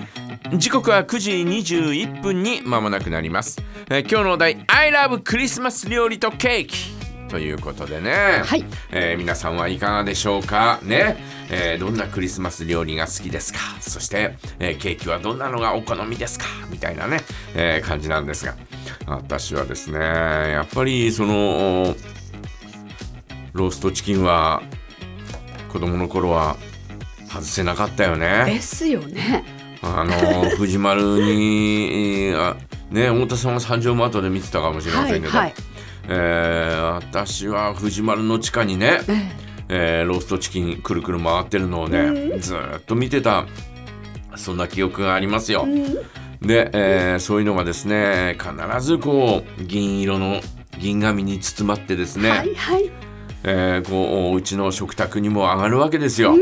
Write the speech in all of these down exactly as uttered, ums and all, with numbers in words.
時刻はくじにじゅういっぷんに間もなくなります。えー、今日のお題 I love クリスマス料理とケーキということでね、 はい、 えー、皆さんはいかがでしょうかね、えー、どんなクリスマス料理が好きですか、そして、えー、ケーキはどんなのがお好みですかみたいなね、えー、感じなんですが、私はですねやっぱりそのローストチキンは子供の頃は外せなかったよね。 ですよね。 あの藤丸にあ、ね、太田さんは三条マートで見てたかもしれませんけど、はいはい、えー、私は藤丸の地下にね、えーえー、ローストチキンくるくる回ってるのをね、うん、ずっと見てた、そんな記憶がありますよ、うん、で、えー、そういうのがですね必ずこう銀色の銀紙に包まってですね、はいはい、えー、こううちの食卓にも上がるわけですよ、うん、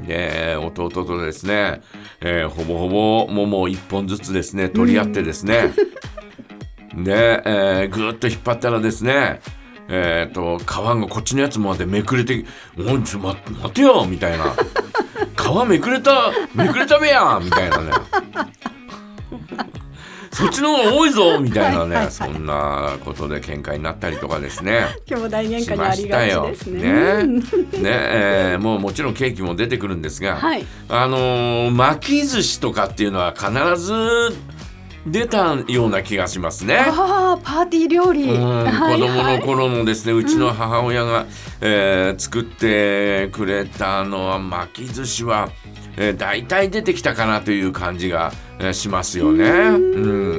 で弟とですね、えー、ほぼほぼ桃をいっぽんずつですね取り合ってですね、うん、で、えー、ぐーっと引っ張ったらですね、えー、と皮がこっちのやつまでめくれて「おいちょ待待てよ」みたいな「皮めくれためくれたべや」みたいなねそっちの方が多いぞみたいなね、はいはいはい、そんなことで喧嘩になったりとかですね兄弟喧嘩にありがちですね。 ねね、えー、もうもちろんケーキも出てくるんですが、はい、あのー、巻き寿司とかっていうのは必ず出たような気がしますね。 あー、パーティー料理、うん、 子供の頃のですね、うちの母親が、うん、えー、作ってくれたのは巻き寿司は、えー、大体出てきたかなという感じが、えー、しますよね。うん、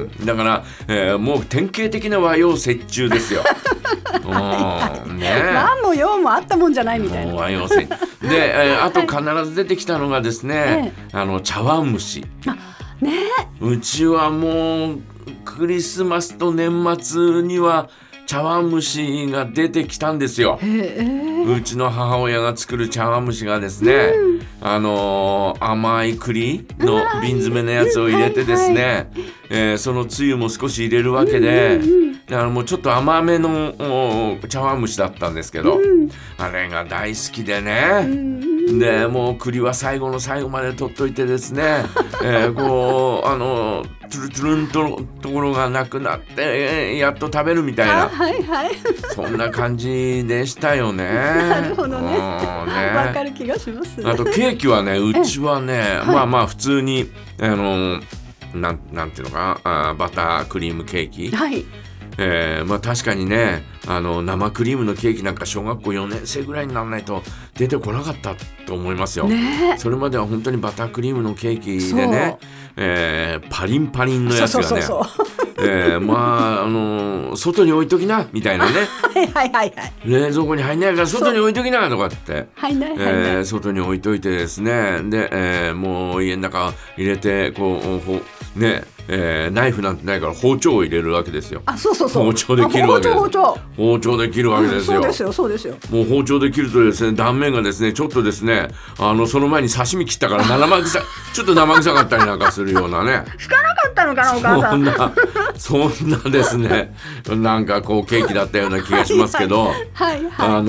だから、えー、もう典型的な和洋折衷ですよ。 うんね、和も洋もあったもんじゃないみたいな。 和洋折衷で、えー、あと必ず出てきたのがですね、えー、あの茶碗蒸し。 ね、 うちはもうクリスマスと年末には茶碗蒸しが出てきたんですよ。うちの母親が作る茶碗蒸しがですね、うん、あのー、甘い栗の瓶詰めのやつを入れてですね、はいはい、えー、そのつゆも少し入れるわけで、うんうんうん、だからもうちょっと甘めの茶碗蒸しだったんですけど、うん、あれが大好きでね、うんでもう栗は最後の最後まで取っといてですね、えー、こうあのトゥルトゥルンとところがなくなって、えー、やっと食べるみたいな、 はいはい、 そんな感じでしたよね。 なるほどね、わ、ね、かる気がします。 あとケーキはね、うちはね、まあまあ普通にあのなんなんていうのかな、あバタークリームケーキ、はい、えーまあ、確かにねあの生クリームのケーキなんか小学校よねん生ぐらいにならないと出てこなかったと思いますよ、ね、それまでは本当にバタークリームのケーキでね、えー、パリンパリンのやつがね、えー、まああの外に置いときなみたいなねはいはいはい、はい、 冷蔵庫に入んないから外に置いときなとかって入んない入んない、 えー、外に置いといてですねで、えー、もう家の中入れてこうねえー、ナイフなんてないから包丁を入れるわけですよ。 あ、そうそうそう。 包丁で切るわけです。 包丁包丁包丁で切るわけですよ。 うん、そうですよそうですよ。 もう包丁で切るとですね断面がですねちょっとですねあのその前に刺身切ったから生臭ちょっと生臭かったりなんかするようなね。 引かなかったのかなお母さん。 そんなそんなですねなんかこうケーキだったような気がしますけど、はいはいはい、あ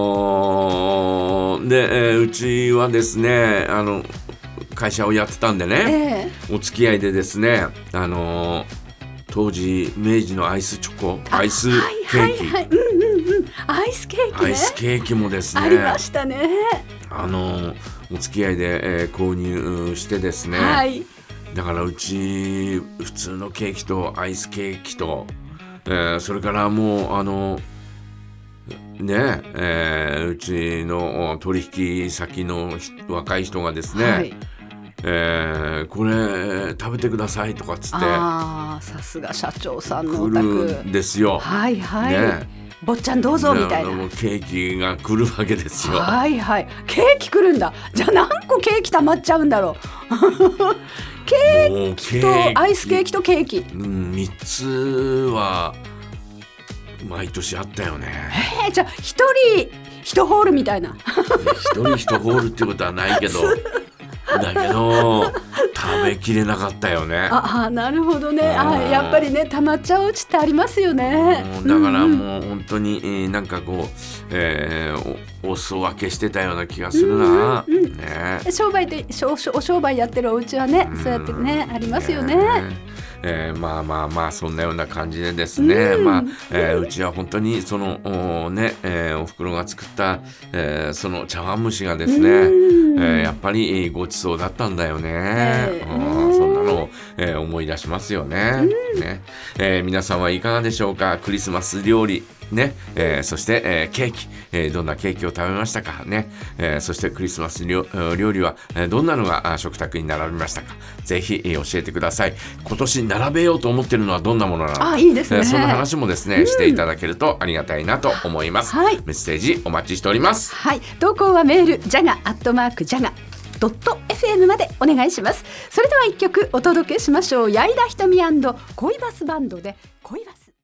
のー、で、えー、うちはですねあの会社をやってたんでね、えー、お付き合いでですね、あのー、当時明治のアイスチョコアイスケーキ、はいはいはい、うんうんうん、 アイスケーキね、 アイスケーキもですねありましたね。 あのー、お付き合いで、えー、購入してですね、はい、だからうち普通のケーキとアイスケーキと、えー、それからもうあのねえー、うちの取引先の若い人がですね、はい、えー、これ食べてくださいとかっつって、 あー、さすが社長さんのお宅来るんですよ。 はいはい、ね、坊ちゃんどうぞみたいな、 もうケーキが来るわけですよ。 はいはい、ケーキ来るんだ。じゃあ何個ケーキ溜まっちゃうんだろうケーキとアイスケーキとケーキ、 うん、みっつは毎年あったよね。 えー、じゃあ一人一ホールみたいな一人一ホールってことはないけどだけど食べきれなかったよね。 ああ、なるほどね。あ、やっぱりね溜まっちゃううちってありますよね。 だからもう本当に、えー、なんかこう、えーお裾分けしてたような気がするな、 うんうんうんね、 商売でお商売やってるお家はね、そうやってねありますよね。 えー、まあまあまあそんなような感じでですね、うんまあえー、うちは本当にその お,、ねえー、おふくろが作った、えー、その茶碗蒸しがですね、うんえー、やっぱりごちそうだったんだよね、えー、うんそんなのを、えー、思い出しますよね、うんねえー、皆さんはいかがでしょうか。クリスマス料理ねえー、そして、えー、ケーキ、えー、どんなケーキを食べましたかね、えー、そしてクリスマス料理は、えー、どんなのが食卓に並びましたか。ぜひ、えー、教えてください。今年並べようと思ってるのはどんなものなのか、 あ、いいですね、 えー、そんな話もですね、うん、していただけるとありがたいなと思います、はい、メッセージお待ちしております。 はい、投稿はメールジャガアットマークジャガドット エフエム までお願いします。それでは一曲お届けしましょう。矢井田ひとみ&恋バスバンドで恋バス。